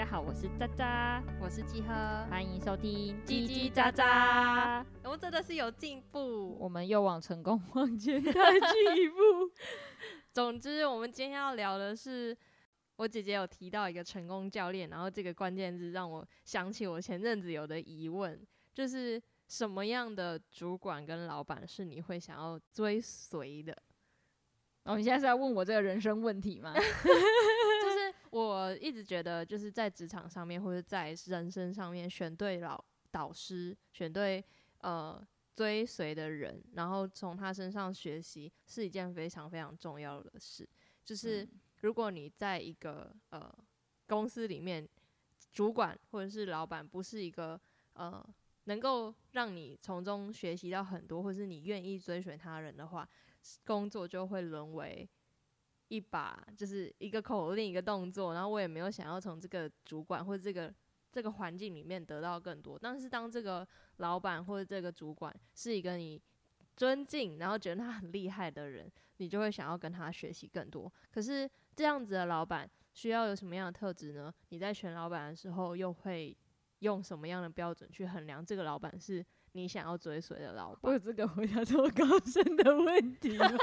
家好，我是渣渣， 我是季呵， 欢迎收听叽叽喳喳。我们真的是有进步， 我们又往成功往前踏进一步。 总之，我们今天要聊的是，我姐姐有提到一个成功教练，然后这个关键字让我想起我前阵子有的疑问，就是什么样的主管跟老板是你会想要追随的？ 你现在是要问我这个人生问题吗？ 就是我一直觉得，就是在职场上面或者在人生上面，选对导师，选对追随的人，然后从他身上学习，是一件非常非常重要的事。就是如果你在一个公司里面，主管或者是老板不是一个能够让你从中学习到很多，或是你愿意追随他人的话，工作就会沦为一把就是一个口令一个动作，然后我也没有想要从这个主管或者这个环境里面得到更多。但是当这个老板或者这个主管是一个你尊敬然后觉得他很厉害的人，你就会想要跟他学习更多。可是这样子的老板需要有什么样的特质呢？你在选老板的时候又会用什么样的标准去衡量这个老板是你想要追随的老板？ 我有这个回答这么高深的问题吗？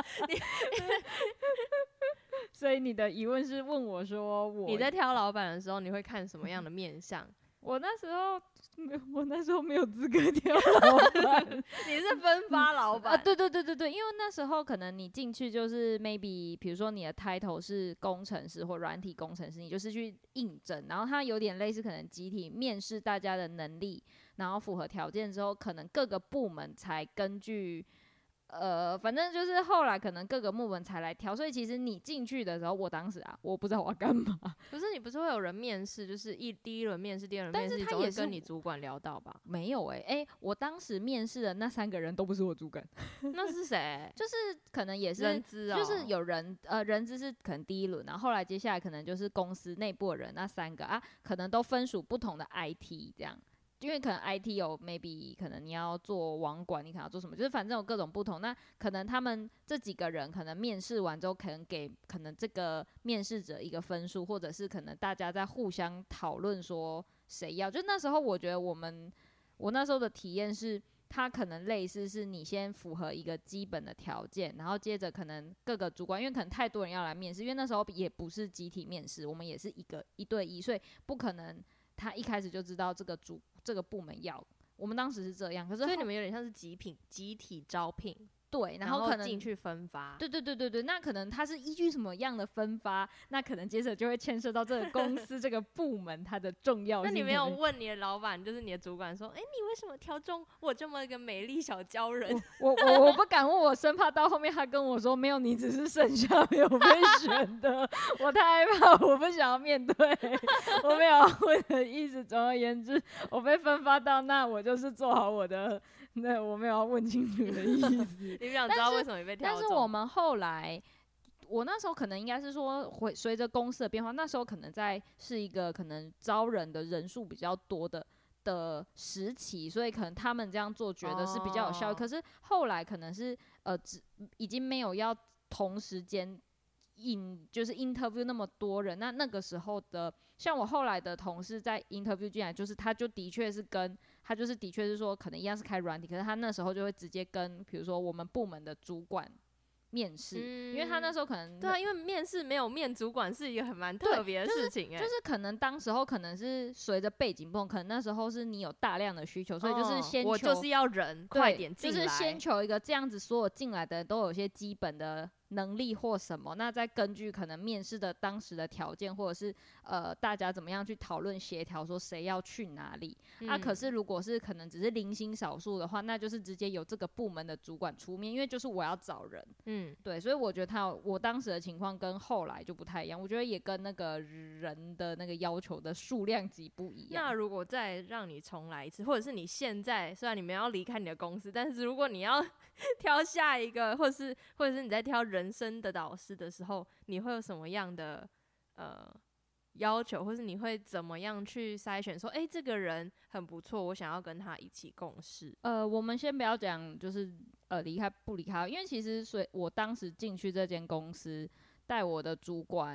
所以你的疑问是问我说你在挑老板的时候你会看什么样的面向？ 我那时候没有资格挑老板。 你是分发老板对，因为那时候可能你进去就是 maybe 比如说你的 title 是工程师或软体工程师，你就是去应征，然后它有点类似可能集体面试大家的能力，然后符合条件之后，可能各个部门才根据反正就是后来可能各个部门才来挑，所以其实你进去的时候，我当时我不知道我要干嘛。 可是你不是会有人面试，就是第一轮面试、第二轮面试， 但是他也是跟你主管聊到吧？ 没有我当时面试的那3个人都不是我主管。 那是谁？ 就是可能也是人资就是有人人资是可能第一轮，然后后来接下来可能就是公司内部的人那3个可能都分属不同的 IT 这样。因为可能 IT 有 maybe 可能你要做网管，你可能要做什么，就是反正有各种不同。那可能他们这几个人可能面试完之后，可能给可能这个面试者一个分数，或者是可能大家在互相讨论说谁要。就那时候我觉得我那时候的体验是，他可能类似是你先符合一个基本的条件，然后接着可能各个主管，因为可能太多人要来面试，因为那时候也不是集体面试，我们也是一对一，所以不可能他一开始就知道这个部门要，我们当时是这样，可是所以你们有点像是集体招聘， 对， 然后可能进去分发， 对，那可能他是依据什么样的分发，那可能接着就会牵涉到这个公司这个部门它的重要性。 那你没有问你的老板，就是你的主管说，你为什么挑中我这么一个美丽小娇人？ 我不敢问，我生怕到后面他跟我说没有，你只是剩下没有被选的，我太害怕，我不想要面对，我没有问的意思。总而言之，我被分发到那，我就是做好我的。那我没有要问清楚的意思。 你不想知道为什么你被挑中？ 但是我们后来，我那时候可能应该是说，随着公司的变化，那时候可能是一个可能招人的人数比较多的时期，所以可能他们这样做觉得是比较有效率。可是后来可能是已经没有要同时间就是 interview 那么多人，那个时候的，像我后来的同事在 interview 进来，就是他就的确是说可能一样是开软体，可是他那时候就会直接跟比如说我们部门的主管面试，因为他那时候可能对因为面试没有面主管是一个蛮特别的事情就是可能当时候可能是随着背景不同，可能那时候是你有大量的需求，所以就是先求我就是要人快点进来， 就是先求一个这样子，所有进来的人都有一些基本的能力或什么，那再根据可能面试的当时的条件，或者是大家怎么样去讨论协调，说谁要去哪里。可是如果是可能只是零星少数的话，那就是直接由这个部门的主管出面，因为就是我要找人。对，所以我觉得我当时的情况跟后来就不太一样，我觉得也跟那个人的那个要求的数量级不一样。 那如果再让你重来一次，或者是你现在虽然你们要离开你的公司，但是如果你要挑下一个，或者是你在挑人生的导师的时候，你会有什么样的要求，或是你会怎么样去筛选说这个人很不错，我想要跟他一起共事？ 我们先不要讲就是离开不离开，因为其实我当时进去这间公司带我的主管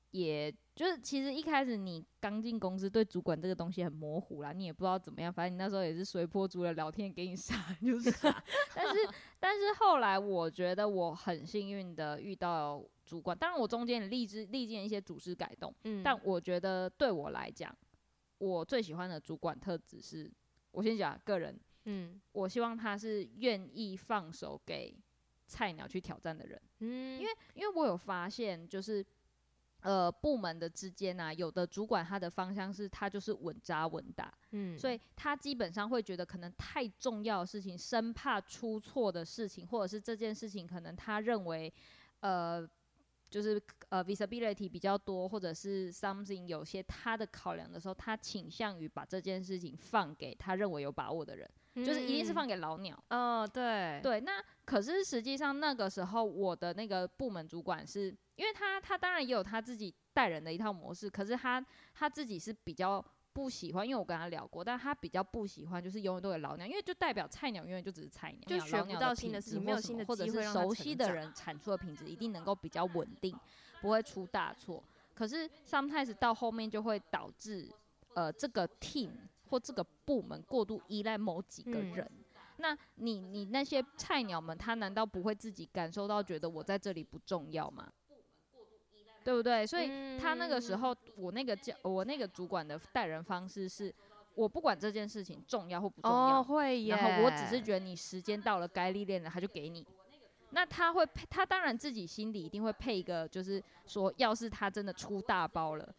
也就是其实一开始你刚进公司，对主管这个东西很模糊啦，你也不知道怎么样，反正你那时候也是随波逐流，聊天给你杀就杀。但是后来我觉得我很幸运的遇到主管，当然我中间也历经一些组织改动，但我觉得对我来讲，我最喜欢的主管特质是，我先讲个人，我希望他是愿意放手给菜鸟去挑战的人，因为我有发现就是。部门的之间啊，有的主管他的方向是他就是稳扎稳打，所以他基本上会觉得可能太重要的事情，生怕出错的事情，或者是这件事情可能他认为就是visibility 比较多，或者是 something 有些他的考量的时候，他倾向于把这件事情放给他认为有把握的人，就是一定是放给老鸟。对，那可是实际上那个时候我的那个部门主管是，因为他当然也有他自己带人的一套模式，可是他自己是比较不喜欢，因为我跟他聊过，但他比较不喜欢就是永远都有老鸟，因为就代表菜鸟永远就只是菜鸟， 就学不到新的事情，没有新的或者是熟悉的人产出的品质一定能够比较稳定，不会出大错。可是 sometimes 到后面就会导致这个 team 或这个部门过度依赖某几个人。那你那些菜鸟们，他难道不会自己感受到觉得我在这里不重要吗？对不对？所以他那个时候，我那个主管的带人方式是，我不管这件事情重要或不重要， 会耶， 然后我只是觉得你时间到了，该历练了，他就给你。那他当然自己心里一定会配一个，就是说，要是他真的出大包了，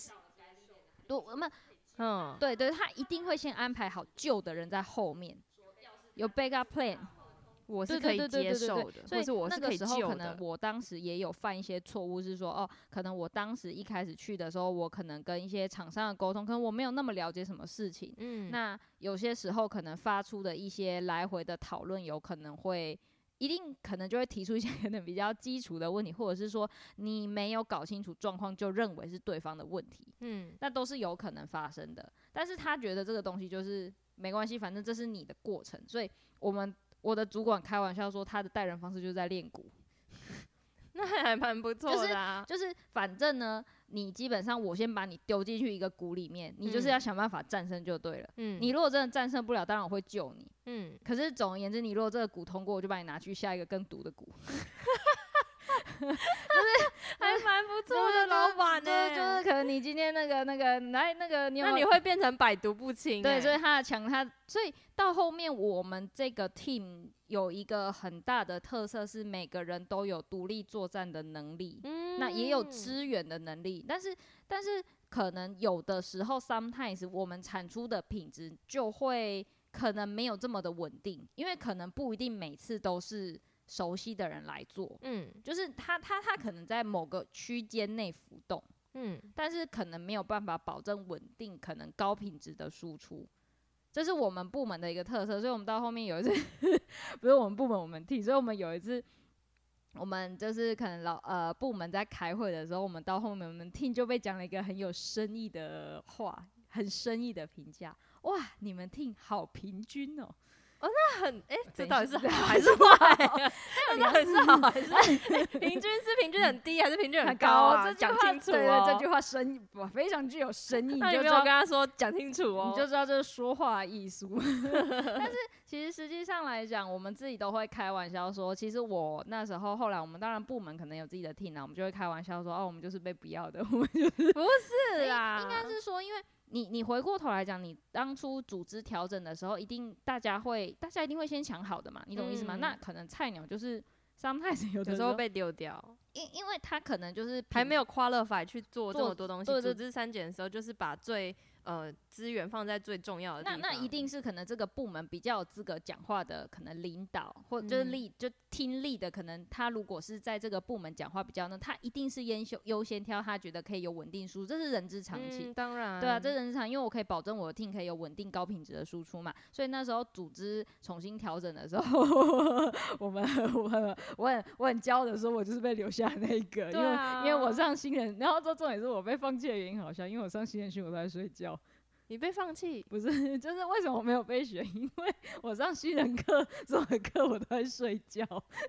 对，他一定会先安排好旧的人在后面，有 backup plan。 我是可以接受的， 所以我是可以救的。 那个时候可能我当时也有犯一些错误，是说可能我当时一开始去的时候，我可能跟一些厂商的沟通，可能我没有那么了解什么事情，那有些时候可能发出的一些来回的讨论，有可能会一定可能就会提出一些可能比较基础的问题，或者是说你没有搞清楚状况就认为是对方的问题，那都是有可能发生的。但是他觉得这个东西就是没关系，反正这是你的过程，所以我的主管开玩笑说，他的带人方式就是在练鼓， 那还蛮不错的啊。 就是反正呢，你基本上我先把你丢进去一个鼓里面，你就是要想办法战胜就对了。你如果真的战胜不了，当然我会救你。可是总而言之，你如果这个鼓通过，我就把你拿去下一个更毒的鼓。就是还蛮不错的老板呢， 就是可能你今天那个来那个那你会变成百毒不侵。 对，所以他的强，所以到后面我们这个 team 有一个很大的特色是每个人都有独立作战的能力，那也有支援的能力，但是可能有的时候 sometimes 我们产出的品质就会可能没有这么的稳定，因为可能不一定每次都是熟悉的人来做，就是他可能在某个区间内浮动，但是可能没有办法保证稳定，可能高品质的输出，这是我们部门的一个特色。所以我们到后面有一次，不是我们部门我们 team， 所以我们有一次，我们就是可能部门在开会的时候，我们到后面我们 team 就被讲了一个很有深意的话，很深意的评价，哇，你们 team 好平均哦。 那很这到底是好还是坏？那到底是好还是平均很低还是平均很高啊？讲清楚哦。 对，这句话非常具有深意。 那你没有跟他说讲清楚哦， 你就知道这是说话艺术。但是其实实际上来讲，我们自己都会开玩笑说，其实我那时候后来我们当然部门可能有自己的 team 啊，我们就会开玩笑说，我们就是被不要的，我们就是不是啦， 应该是说因为。你回过头来讲，你当初组织调整的时候，大家一定会先想好的嘛，你懂意思吗？那可能菜鸟就是sometimes有的时候被丢掉， 因为他可能就是还没有 qualify 去做这么多东西，组织删减的时候就是把最资源放在最重要的地方。 那一定是可能这个部门比较有资格讲话的，可能领导或就是就听力的，可能他如果是在这个部门讲话比较呢，他一定是优先挑他觉得可以有稳定输出，这是人之常情。 当然， 对啊，这是人之常，因为我可以保证我的 team 可以有稳定高品质的输出嘛。所以那时候组织重新调整的时候，我很骄傲的说，我就是被留下的那一个，因为我上新人，然后重点是我被放弃的原因好像，因为我上新人训我都在睡觉。 你被放弃？ 不是，就是为什么我没有被选？因为我上新人课所有的课我都在睡觉，这样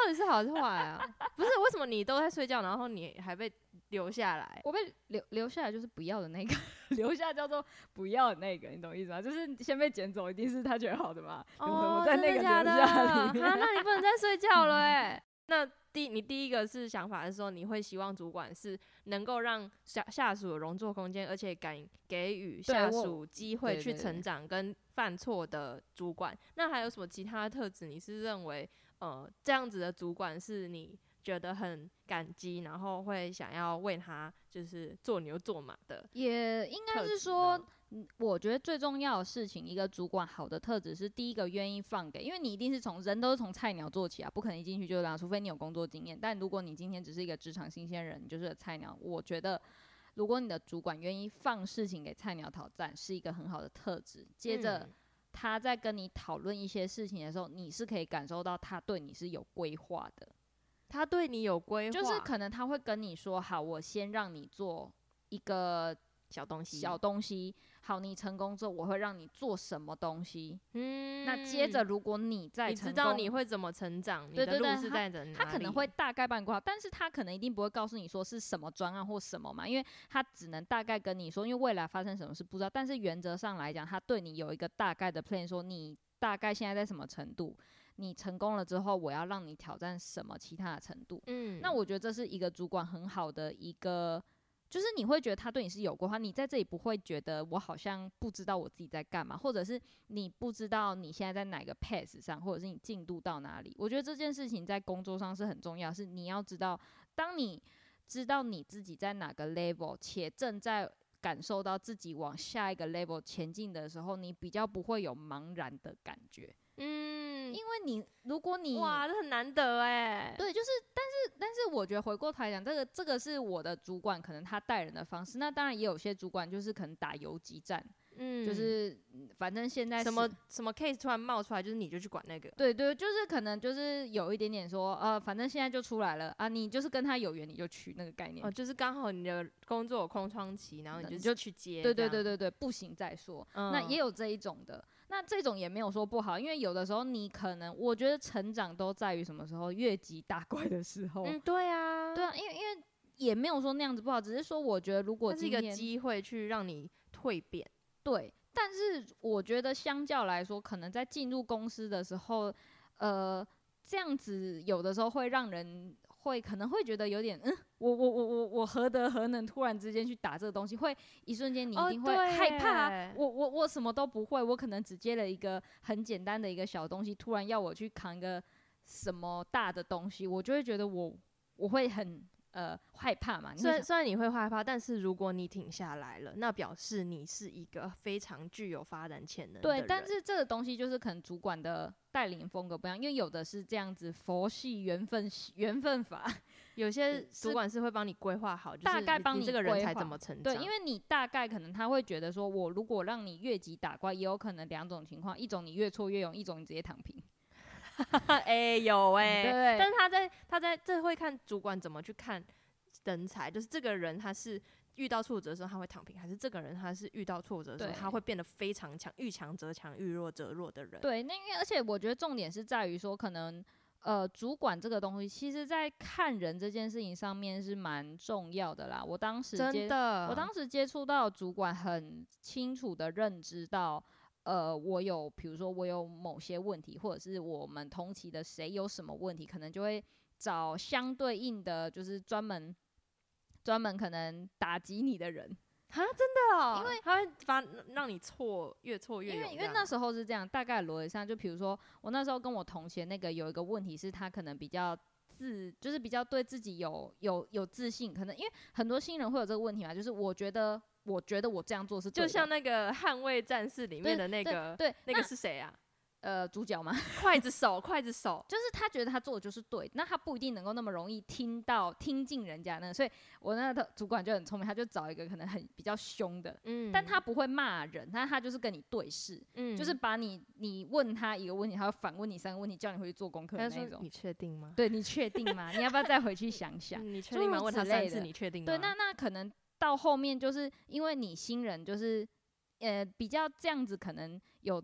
到底是好是坏啊？不是，为什么你都在睡觉，然后你还被留下来？ 我被留下来就是不要的那个，留下叫做不要的那个，你懂意思吗？就是先被捡走，一定是他觉得好的嘛。 哦， 我在那个留下里面， 啊，那你不能再睡觉了那你第一个是想法是说，你会希望主管是能够让下属有容错空间，而且敢给予下属机会去成长跟犯错的主管。那还有什么其他的特质？你是认为这样子的主管是你觉得很感激，然后会想要为他就是做牛做马的？ 也应该是说，我觉得最重要的事情，一个主管好的特质是第一个愿意放给，因为你一定是人都是从菜鸟做起啊，不可能一进去就这样，除非你有工作经验。但如果你今天只是一个职场新鲜人，你就是个菜鸟，我觉得如果你的主管愿意放事情给菜鸟挑战，是一个很好的特质。接着他在跟你讨论一些事情的时候，你是可以感受到他对你是有规划的。 他对你有规划， 就是可能他会跟你说，好，我先让你做一个小东西，好，你成功之后，我会让你做什么东西。那接着如果你再成功， 你知道你会怎么成长，你的路是在哪里？ 他可能会大概帮你规划，但是他可能一定不会告诉你说是什么专案或什么嘛，因为他只能大概跟你说，因为未来发生什么事不知道。但是原则上来讲，他对你有一个大概的 plan， 说你大概现在在什么程度。你成功了之后，我要让你挑战什么其他的程度？那我觉得这是一个主管很好的一个，就是你会觉得他对你是有规划，你在这里不会觉得我好像不知道我自己在干嘛，或者是你不知道你现在在哪个 pace 上，或者是你进度到哪里。我觉得这件事情在工作上是很重要，是你要知道，当你知道你自己在哪个 level， 且正在感受到自己往下一个 level 前进的时候，你比较不会有茫然的感觉。因为如果你哇，这很难得对，就是，但是我觉得回过头来讲，这个是我的主管可能他带人的方式。那当然也有些主管就是可能打游击战，就是反正现在什么 case 突然冒出来，就是你就去管那个。 对，就是可能就是有一点点说，反正现在就出来了啊，你就是跟他有缘你就去那个概念。 就是刚好你的工作有空窗期，然后你就去接。 对，不行再说。那也有这一种的。那这种也没有说不好，因为有的时候你可能，我觉得成长都在于什么时候，越级打怪的时候。 对啊， 因为也没有说那样子不好，只是说我觉得如果今天是一个机会去让你蜕变。 对，但是我觉得相较来说，可能在进入公司的时候，这样子有的时候会让人可能会觉得有点，我何德何能，突然之间去打这个东西，会一瞬间你一定会害怕啊。我什么都不会，我可能只接了一个很简单的一个小东西，突然要我去扛一个什么大的东西，我就会觉得我会很害怕嘛。 虽然你会害怕，但是如果你停下来了，那表示你是一个非常具有发展潜能的人。 对，但是这个东西就是可能主管的带领风格不一样，因为有的是这样子佛系缘分法， 有些主管是会帮你规划好， 大概帮你这个人才怎么成长。 对，因为你大概可能他会觉得说，我如果让你越级打怪，也有可能两种情况，一种你越挫越勇，一种你直接躺平。 有对， 但是他在这会看主管怎么去看人才，就是这个人他是遇到挫折的时候他会躺平，还是这个人他是遇到挫折的时候他会变得非常强，遇强则强，遇弱则弱的人。 对，那因为而且我觉得重点是在于说，可能主管这个东西，其实在看人这件事情上面是蛮重要的啦。我当时接触到主管，很清楚的认知到。比如说我有某些问题，或者是我们同期的谁有什么问题，可能就会找相对应的，就是专门可能打击你的人。 真的哦， 因为他会让你越挫越勇。 因为那时候是这样，大概逻辑上，就比如说我那时候跟我同期的那个有一个问题是，他可能比较就是比较对自己有自信，可能因为很多新人会有这个问题嘛，就是我觉得我这样做是对的， 就像那个捍卫战士里面的那个， 对， 那个是谁啊？ 主角吗？ 刽子手， 就是他觉得他做的就是对，那他不一定能够那么容易听进人家那个，所以我那个主管就很聪明，他就找一个可能比较凶的，但他不会骂人，但他就是跟你对视，就是把你问他一个问题，他会反问你3个问题，叫你回去做功课的那种。 你确定吗？ 对，你确定吗？你要不要再回去想想？ 你确定吗？问他3次，你确定吗？ 对，那可能到后面就是因为你新人就是比较这样子，可能有。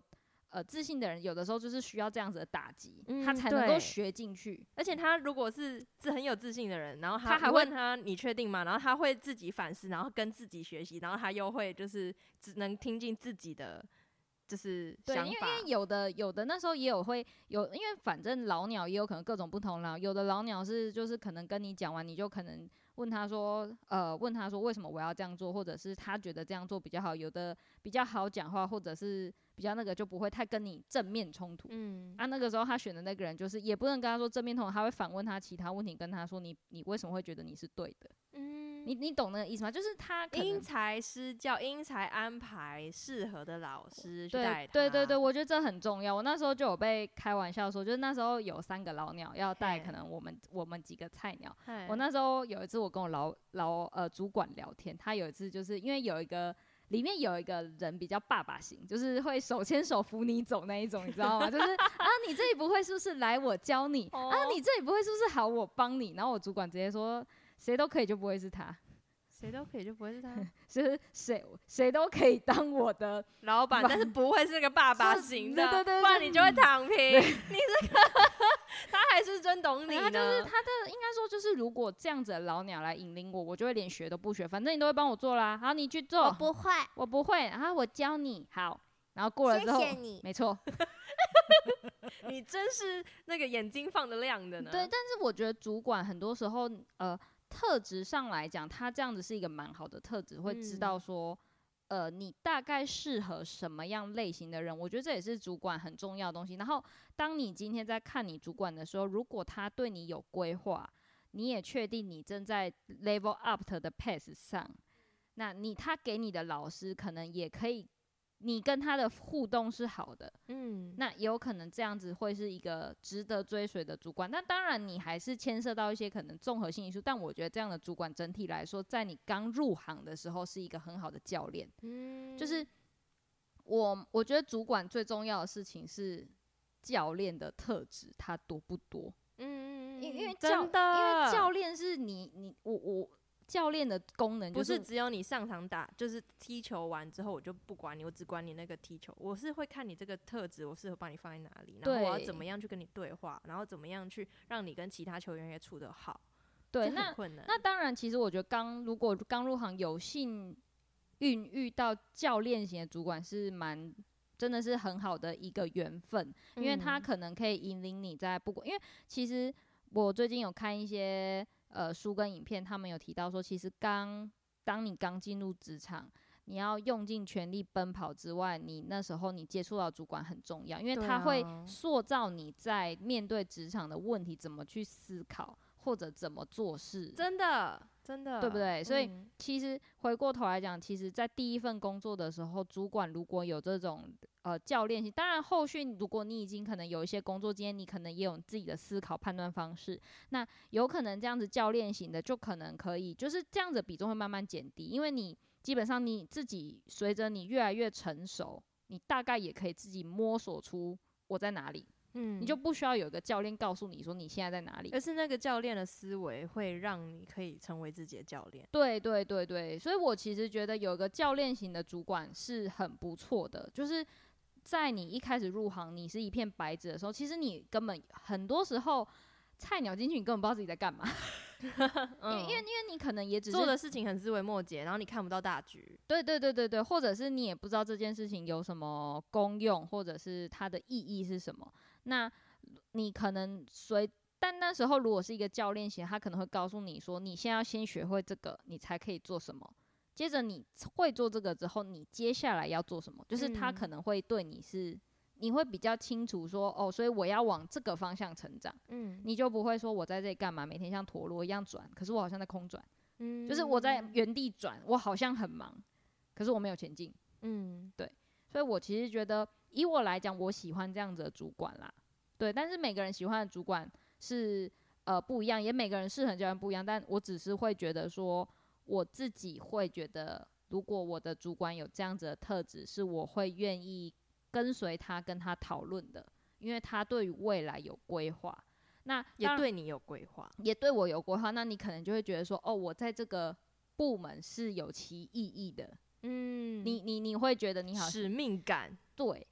自信的人，有的时候就是需要这样子的打击， 嗯他才能够对学进去。 而且他如果是很有自信的人，然后他还会你问他你确定吗？然后他会自己反思，然后跟自己学习，然后他又会就是只能听进自己的就是对， 想法。 因为有的那时候也有会有，因为反正老鸟也有可能各种不同啦。有的老鸟是就是可能跟你讲完，你就可能问他说为什么我要这样做，或者是他觉得这样做比较好。有的比较好讲话，或者是比较那个就不会太跟你正面冲突。那个时候他选的那个人就是也不能跟他说正面冲突，他会反问他其他问题，跟他说你为什么会觉得你是对的？你懂那个意思吗？就是他可能因材施教，因材安排适合的老师去对带他。 对对对，我觉得这很重要。我那时候就有被开玩笑说，就是那时候有3个老鸟要带，可能我们几个菜鸟。我那时候有一次我跟我主管聊天，他有一次就是因为里面有一个人比较爸爸型，就是会手牵手扶你走那一种，你知道吗？就是你这里不会是不是来我教你？你这里不会是不是好我帮你？然后我主管直接说，谁都可以就不会是他。 谁都可以就不会是他， 就是谁都可以当我的老板，但是不会是个爸爸型的， 对， 不然你就会躺平。你这个他还是真懂你呢。 他就是他的应该说就是，如果这样子的老鸟来引领我，我就会连学都不学，反正你都会帮我做啦。好，你去做。我不会，然后我教你。好，然后过了之后， 谢谢你。 没错。 你真是那个眼睛放得亮的呢。 对，但是我觉得主管很多时候特质上来讲，他这样子是一个蛮好的特质，会知道说，你大概适合什么样类型的人。我觉得这也是主管很重要的东西。然后，当你今天在看你主管的时候，如果他对你有规划，你也确定你正在 level up 的 path 上，那他给你的老师可能也可以。你跟他的互动是好的，那也有可能这样子会是一个值得追随的主管。但当然，你还是牵涉到一些可能综合性因素。但我觉得这样的主管整体来说，在你刚入行的时候是一个很好的教练。就是我觉得主管最重要的事情是教练的特质，他多不多？因为教练是我。教练的功能就是不是只有你上场打，就是踢球完之后我就不管你，我只管你那个踢球。我是会看你这个特质，我适合把你放在哪里，然后我要怎么样去跟你对话，然后怎么样去让你跟其他球员也处得好。 对， 很困难。 那当然，其实我觉得如果刚入行有幸孕育到教练型的主管，是真的是很好的一个缘分，因为他可能可以引领你在不管，因为其实我最近有看一些。书跟影片，他们有提到说，其实当你刚进入职场，你要用尽全力奔跑之外，你那时候你接触到主管很重要，因为他会塑造你在面对职场的问题怎么去思考，或者怎么做事。 真的，对不对？所以其实回过头来讲，其实在第一份工作的时候，主管如果有这种教练型，当然后续如果你已经可能有一些工作经验，你可能也有自己的思考判断方式，那有可能这样子教练型的就可能可以，就是这样子比重会慢慢减低，因为你基本上你自己随着你越来越成熟，你大概也可以自己摸索出我在哪里。你就不需要有一个教练告诉你说你现在在哪里， 而是那个教练的思维会让你可以成为自己的教练。 对对对对，所以我其实觉得有一个教练型的主管是很不错的，就是在你一开始入行，你是一片白纸的时候，其实你根本很多时候菜鸟进去，你根本不知道自己在干嘛。因为你可能也只是做的事情很枝微末节，然后你看不到大局。 对对对对对，或者是你也不知道这件事情有什么功用，或者是它的意义是什么。那你可能但那时候如果是一个教练型，他可能会告诉你说，你现在要先学会这个，你才可以做什么。接着你会做这个之后，你接下来要做什么？就是他可能会对你会比较清楚说，所以我要往这个方向成长。你就不会说我在这里干嘛，每天像陀螺一样转，可是我好像在空转。就是我在原地转，我好像很忙，可是我没有前进。对，所以我其实觉得，以我来讲，我喜欢这样子的主管啦。对，但是每个人喜欢的主管是不一样，也每个人适合教练不一样。但我只是会觉得说，我自己会觉得，如果我的主管有这样子的特质，是我会愿意跟随他，跟他讨论的，因为他对于未来有规划。那也对你有规划， 也对我有规划，那你可能就会觉得说，我在这个部门是有其意义的。你会觉得你好使命感。 对，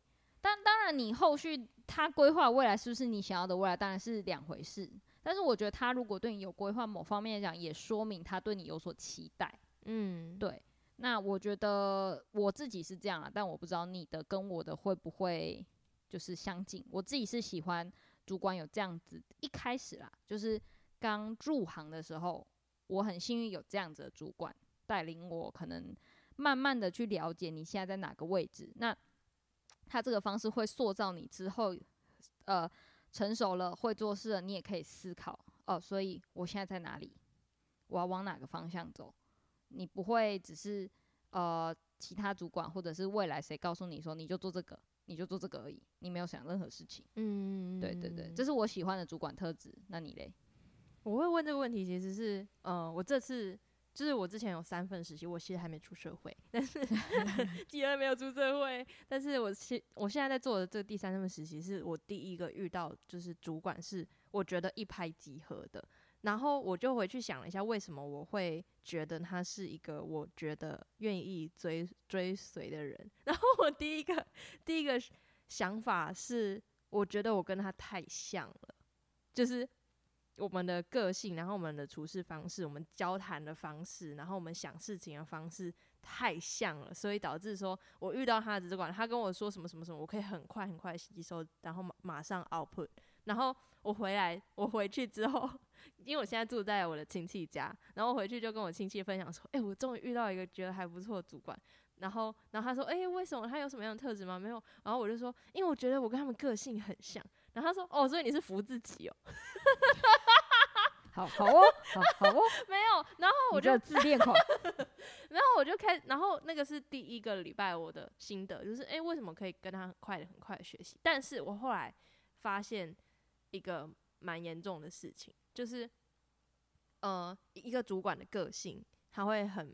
但当然你后续他规划未来是不是你想要的未来，当然是两回事。但是我觉得他如果对你有规划，某方面来讲也说明他对你有所期待。对。那我觉得我自己是这样啦，但我不知道你的跟我的会不会就是相近。我自己是喜欢主管有这样子，一开始啦，就是刚入行的时候，我很幸运有这样子的主管带领我，可能慢慢的去了解你现在在哪个位置。那他这个方式会塑造你之后，成熟了会做事了，你也可以思考所以我现在在哪里，我要往哪个方向走。你不会只是其他主管或者是未来谁告诉你说你就做这个，你就做这个而已，你没有想任何事情。对对对，这是我喜欢的主管特质。那你嘞？ 我会问这个问题，其实是我这次就是我之前有3份实习，我其实还没出社会，但是既然没有出社会，但是我现在在做的这个第3份实习，是我第一个遇到就是主管是我觉得一拍即合的。然后我就回去想了一下，为什么我会觉得他是一个我觉得愿意追随的人。然后我第一个想法是，我觉得我跟他太像了，就是我们的个性，然后我们的处事方式，我们交谈的方式，然后我们想事情的方式太像了，所以导致说我遇到他的主管，他跟我说什么什么什么，我可以很快很快吸收，然后马上 output。然后我回去之后，因为我现在住在我的亲戚家，然后我回去就跟我亲戚分享说，我终于遇到一个觉得还不错的主管。然后他说，为什么？他有什么样的特质吗？没有。然后我就说，因为我觉得我跟他们个性很像。然后他说，所以你是服自己哦。 好哦， 没有。然后我就自恋狂。 然后我就然后那个是第一个礼拜我的心得，就是为什么可以跟他很快的学习？但是我后来发现一个蛮严重的事情，就是一个主管的个性，他会很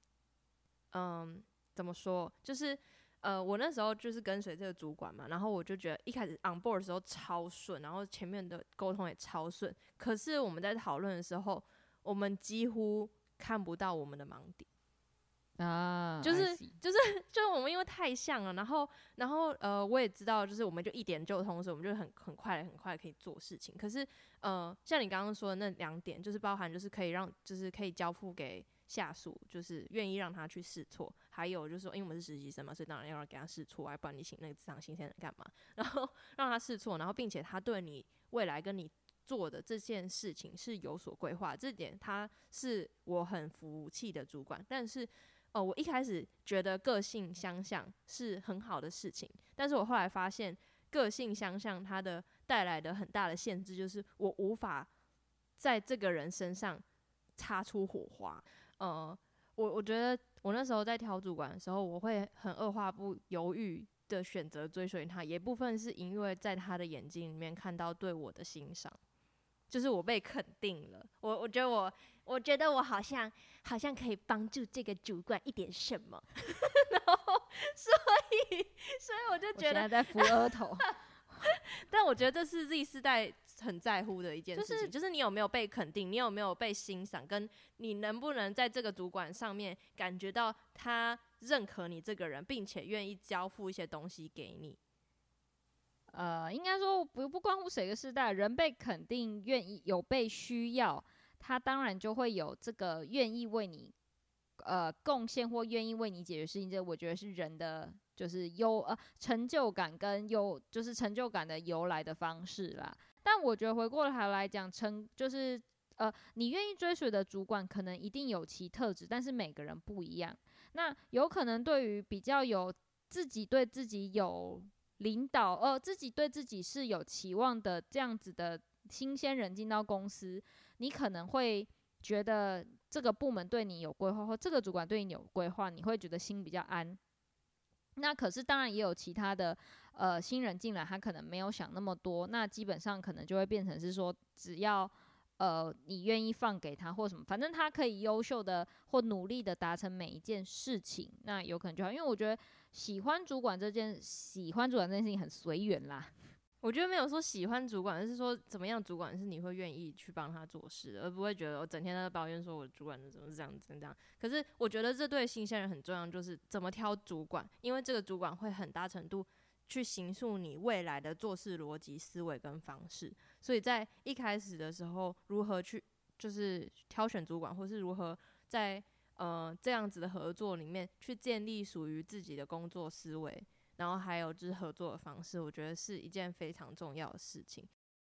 怎么说？就是我那时候就是跟随这个主管嘛，然后我就觉得一开始 on board 的时候超顺，然后前面的沟通也超顺。可是我们在讨论的时候，我们几乎看不到我们的盲点。就是我们因为太像了，然后我也知道，就是我们就一点就通，所以我们就很快可以做事情。可是像你刚刚说的那2点，就是包含就是可以交付给下属，就是愿意让他去试错，还有就是说，因为我们是实习生嘛，所以当然要给他试错，不然你请那个职场新鲜人干嘛？然后让他试错，然后并且他对你未来跟你做的这件事情是有所规划，这点他是我很服气的主管。但是我一开始觉得个性相像是很好的事情，但是我后来发现个性相像它的带来的很大的限制，就是我无法在这个人身上擦出火花。我觉得我那时候在挑主管的时候，我会很二话不犹豫的选择追随他，也部分是因为在他的眼睛里面看到对我的欣赏，就是我被肯定了。我觉得我好像可以帮助这个主管一点什么，然后所以我就觉得我现在在扶额头。 但我觉得这是 Z 世代很在乎的一件事情，就是你有没有被肯定，你有没有被欣赏，跟你能不能在这个主管上面感觉到他认可你这个人，并且愿意交付一些东西给你。 应该说不关乎谁的世代，人被肯定，愿意有被需要，他当然就会有这个愿意为你贡献或愿意为你解决事情。这我觉得是人的就是成就感跟就是成就感的由来的方式啦。但我觉得回过头来讲，就是你愿意追随的主管可能一定有其特质，但是每个人不一样。那有可能对于比较有自己对自己有领导自己对自己是有期望的这样子的新鲜人进到公司，你可能会觉得这个部门对你有规划，或这个主管对你有规划，你会觉得心比较安。那可是当然也有其他的新人进来，他可能没有想那么多，那基本上可能就会变成是说，只要你愿意放给他或什么，反正他可以优秀的或努力的达成每一件事情，那有可能就好。因为我觉得喜欢主管这件事情很随缘啦。 我觉得没有说喜欢主管，而是说怎么样主管是你会愿意去帮他做事的，而不会觉得我整天在抱怨说我的主管怎么这样子这样。可是我觉得这对新鲜人很重要，就是怎么挑主管，因为这个主管会很大程度去形塑你未来的做事逻辑、思维跟方式。所以在一开始的时候，如何去就是挑选主管，或是如何在这样子的合作里面去建立属于自己的工作思维，然后还有就是合作的方式，我觉得是一件非常重要的事情。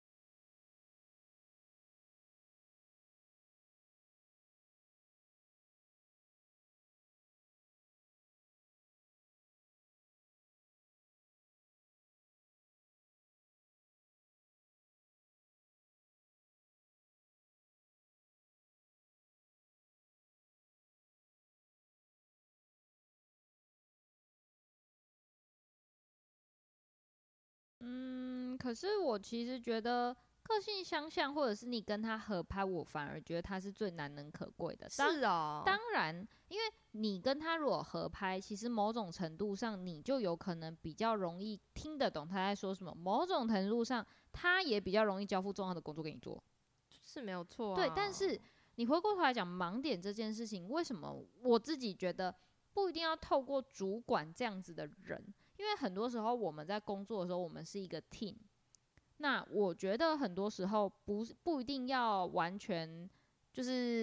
可是我其实觉得个性相像，或者是你跟他合拍，我反而觉得他是最难能可贵的。 是哦， 当然，因为你跟他如果合拍，其实某种程度上你就有可能比较容易听得懂他在说什么，某种程度上他也比较容易交付重要的工作给你做。 是没有错啊。 对，但是你回过头来讲盲点这件事情，为什么我自己觉得不一定要透过主管这样子的人？因为很多时候我们在工作的时候，我们是一个 team。那我觉得很多时候不一定要完全就是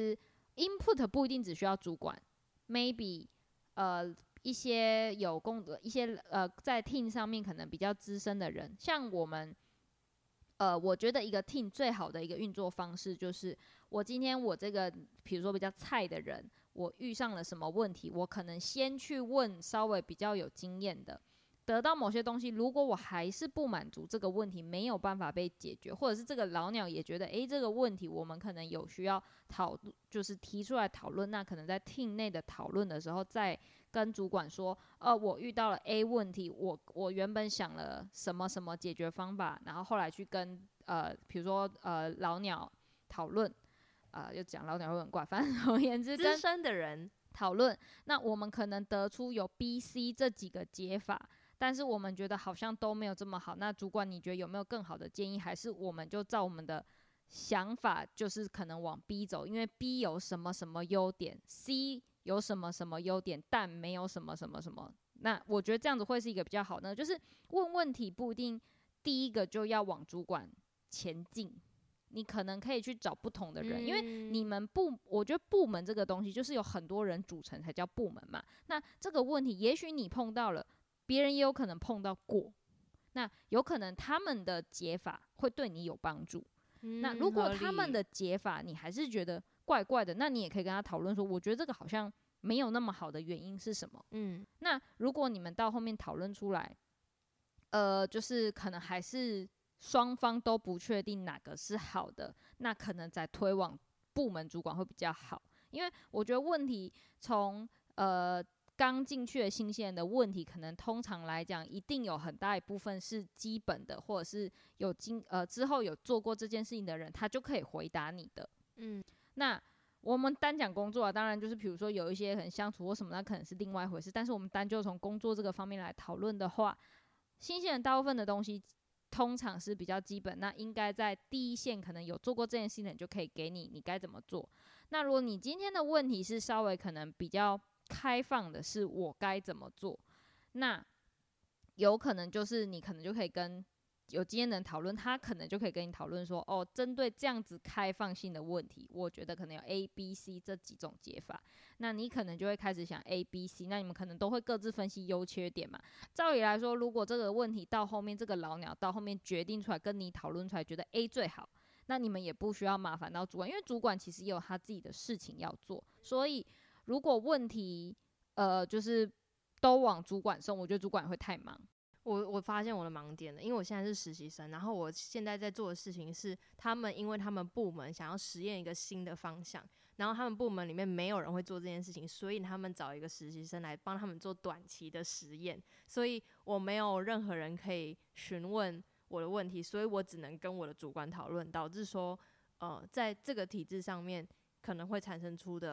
input 不一定只需要主管，maybe 一些一些在 team 上面可能比较资深的人，像我们我觉得一个 team 最好的一个运作方式就是，我今天我这个比如说比较菜的人，我遇上了什么问题，我可能先去问稍微比较有经验的。得到某些东西，如果我还是不满足，这个问题没有办法被解决，或者是这个老鸟也觉得，这个问题我们可能有需要就是提出来讨论，那可能在 team 内的讨论的时候，再跟主管说，我遇到了 A 问题，我原本想了什么什么解决方法，然后后来去跟比如说老鸟讨论，又讲老鸟会很怪，反正总而言之， 资深的人讨论，那我们可能得出有 B、C 这几个解法。但是我们觉得好像都没有这么好，那主管你觉得有没有更好的建议？还是我们就照我们的想法，就是可能往 B 走，因为 B 有什么什么优点 ，C 有什么什么优点，但没有什么什么什么。那我觉得这样子会是一个比较好的，就是问问题不一定第一个就要往主管前进，你可能可以去找不同的人，因为你们我觉得部门这个东西就是有很多人组成才叫部门嘛。那这个问题，也许你碰到了。别人也有可能碰到过，那有可能他们的解法会对你有帮助。那如果他们的解法你还是觉得怪怪的，那你也可以跟他讨论说，我觉得这个好像没有那么好的原因是什么？那如果你们到后面讨论出来，就是可能还是双方都不确定哪个是好的，那可能再推往部门主管会比较好。因为我觉得问题从刚进去的新鲜人的问题，可能通常来讲，一定有很大一部分是基本的，或者是之后有做过这件事情的人，他就可以回答你的。那我们单讲工作当然就是比如说有一些很相处或什么，那可能是另外一回事。但是我们单就从工作这个方面来讨论的话，新鲜人大部分的东西通常是比较基本，那应该在第一线可能有做过这件事情的人就可以给你该怎么做。那如果你今天的问题是稍微可能比较开放的，是我该怎么做，那有可能就是你可能就可以跟有经验的人讨论，他可能就可以跟你讨论说，针对这样子开放性的问题，我觉得可能有 A、B、C 这几种解法，那你可能就会开始想 A、B、C， 那你们可能都会各自分析优缺点嘛。照理来说，如果这个问题到后面这个老鸟到后面决定出来跟你讨论出来，觉得 A 最好，那你们也不需要麻烦到主管，因为主管其实也有他自己的事情要做，所以如果问题就是都往主管送，我觉得主管会太忙。 我发现我的盲点了，因为我现在是实习生，然后我现在在做的事情是，因为他们部门想要实验一个新的方向，然后他们部门里面没有人会做这件事情，所以他们找一个实习生来帮他们做短期的实验，所以我没有任何人可以询问我的问题，所以我只能跟我的主管讨论，导致说在这个体制上面可能会产生出的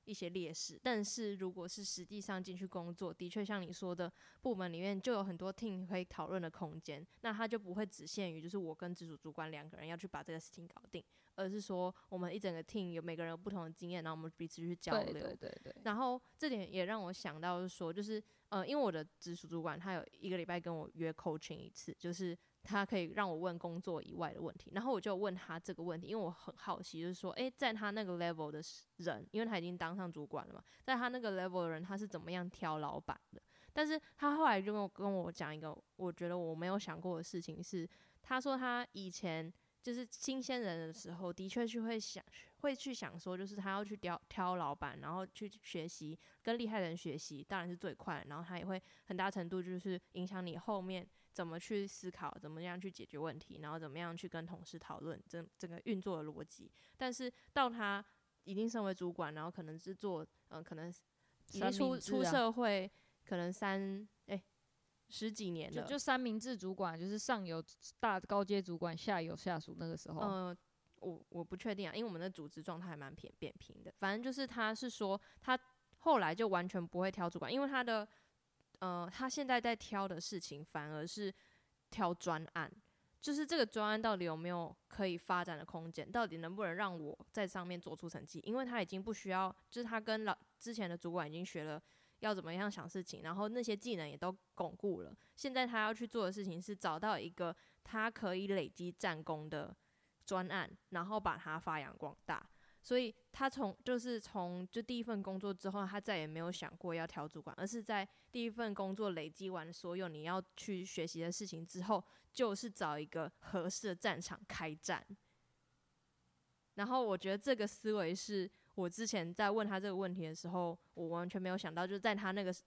一些劣势。但是如果是实际上进去工作，的确像你说的，部门里面就有很多 team 可以讨论的空间，那它就不会只限于就是我跟直属主管2个人要去把这个事情搞定，而是说我们一整个 team 有每个人有不同的经验，然后我们彼此去交流。 对。 然后这点也让我想到是说，就是因为我的直属主管他有1个礼拜跟我约 coaching 一次，就是他可以让我问工作以外的问题，然后我就问他这个问题，因为我很好奇，就是说，在他那个 level 的人，因为他已经当上主管了嘛，在他那个 level 的人，他是怎么样挑老板的？但是他后来就跟我讲一个，我觉得我没有想过的事情是，他说他以前就是新鲜人的时候，的确是会去想说，就是他要去挑老板，然后去学习跟厉害的人学习，当然是最快的，然后他也会很大程度就是影响你后面怎么去思考，怎么样去解决问题，然后怎么样去跟同事讨论整个运作的逻辑。但是到他已经身为主管，然后可能是做可能已经出社会，可能10几年了， 就三明治主管，就是上有高阶主管，下有下属。那个时候， 我不确定啊，因为我们的组织状态还蛮扁平的。反正就是他是说，他后来就完全不会挑主管，因为他现在在挑的事情反而是挑专案，就是这个专案到底有没有可以发展的空间，到底能不能让我在上面做出成绩？因为他已经不需要，就是他跟之前的主管已经学了要怎么样想事情，然后那些技能也都巩固了。现在他要去做的事情是找到一个他可以累积战功的专案，然后把它发扬光大。所以他从第一份工作之后，他再也没有想过要挑主管，而是在第一份工作累积完所有你要去学习的事情之后，就是找一个合适的战场开战。然后我觉得这个思维是我之前在问他这个问题的时候，我完全没有想到，就是在他那个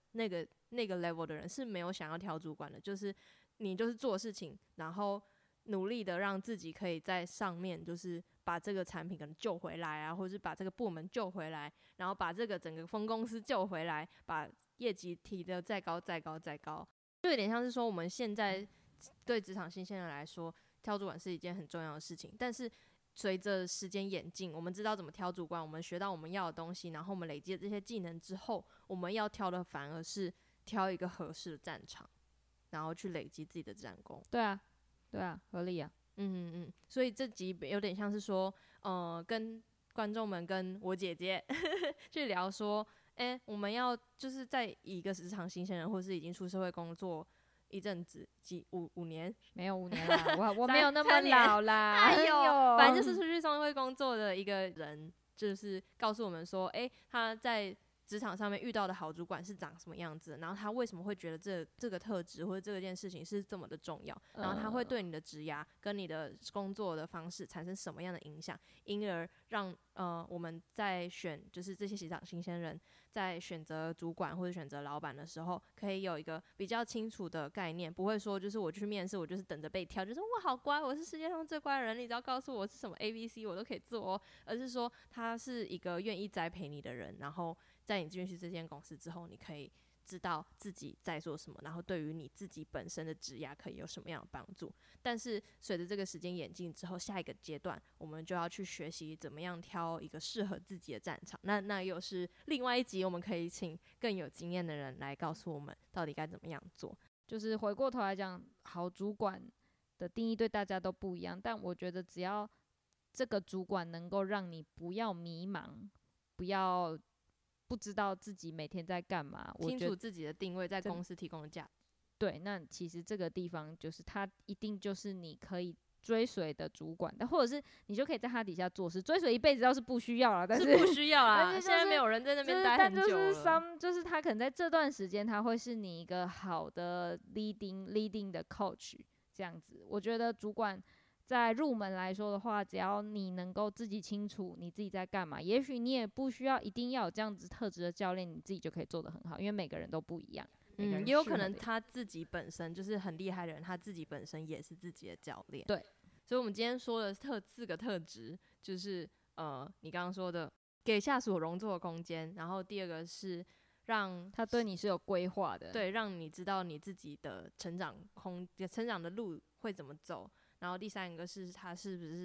level 的人是没有想要挑主管的，就是你就是做事情，然后努力的让自己可以在上面，就是把这个产品可能救回来啊，或者是把这个部门救回来，然后把这个整个分公司救回来，把业绩提得再高再高再高，就有点像是说我们现在对职场新鲜人来说，挑主管是一件很重要的事情，但是随着时间演进，我们知道怎么挑主管，我们学到我们要的东西，然后我们累积了这些技能之后，我们要挑的反而是挑一个合适的战场，然后去累积自己的战功。 对啊，合理啊。 所以这集有点像是说，跟观众们跟我姐姐去聊说，我们要就是在一个职场新鲜人，或是已经出社会工作一阵子，五年， 没有5年啦，我没有那么老啦。 哎呦，反正就是出去社会工作的一个人，就是告诉我们说，他在职场上面遇到的好主管是长什么样子的，然后他为什么会觉得这个特质或者这件事情是这么的重要，然后他会对你的职涯跟你的工作的方式产生什么样的影响，因而让我们在选就是这些职场新鲜人在选择主管或者选择老板的时候，可以有一个比较清楚的概念，不会说就是我去面试，我就是等着被挑，就是我好乖，我是世界上最乖的人，你只要告诉我是什么 ABC 我都可以做哦，而是说他是一个愿意栽培你的人，然后在你进去这间公司之后，你可以知道自己在做什么，然后对于你自己本身的职业可以有什么样的帮助。但是随着这个时间演进之后，下一个阶段我们就要去学习怎么样挑一个适合自己的战场。那又是另外一集，我们可以请更有经验的人来告诉我们到底该怎么样做。 就是回过头来讲，好主管的定义对大家都不一样，但我觉得只要这个主管能够让你不要迷茫，不要不知道自己每天在干嘛， 清楚自己的定位在公司提供的价值。 对，那其实这个地方就是他一定就是你可以追随的主管，但或者是你就可以在他底下做事，追随一辈子倒是不需要啦，但是不需要啦， 就是、 现在没有人在那边待很久了。 就是他可能在这段时间他会是你一个好的 leading 的 coach 这样子。我觉得主管在入门来说的话，只要你能够自己清楚你自己在干嘛，也许你也不需要一定要有这样子特质的教练，你自己就可以做得很好，因为每个人都不一样。 也有可能他自己本身就是很厉害的人，他自己本身也是自己的教练。 对， 所以我们今天说的4个特质，就是你刚刚说的给下属容错的空间，然后第二个是让他对你是有规划的， 对，让你知道你自己的成长的路会怎么走，然后第三个是他是不是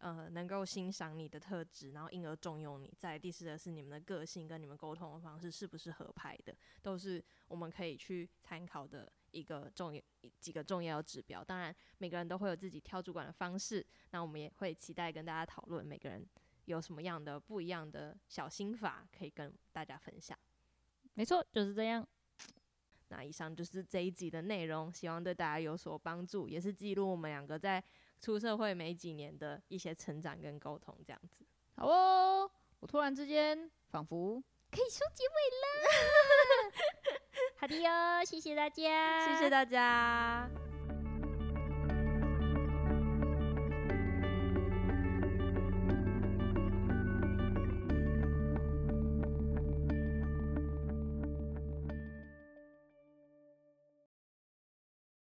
能够欣赏你的特质，然后因而重用你。再来第四个是你们的个性跟你们沟通的方式是不是合拍的，都是我们可以去参考的几个重要的指标。当然每个人都会有自己挑主管的方式，那我们也会期待跟大家讨论每个人有什么样的不一样的小心法可以跟大家分享。 没错，就是这样。 那以上就是这一集的内容，希望对大家有所帮助，也是记录我们两个在出社会没几年的一些成长跟沟通这样子。 好哦，我突然之间仿佛可以说结尾了。好的哟，谢谢大家， 谢谢大家。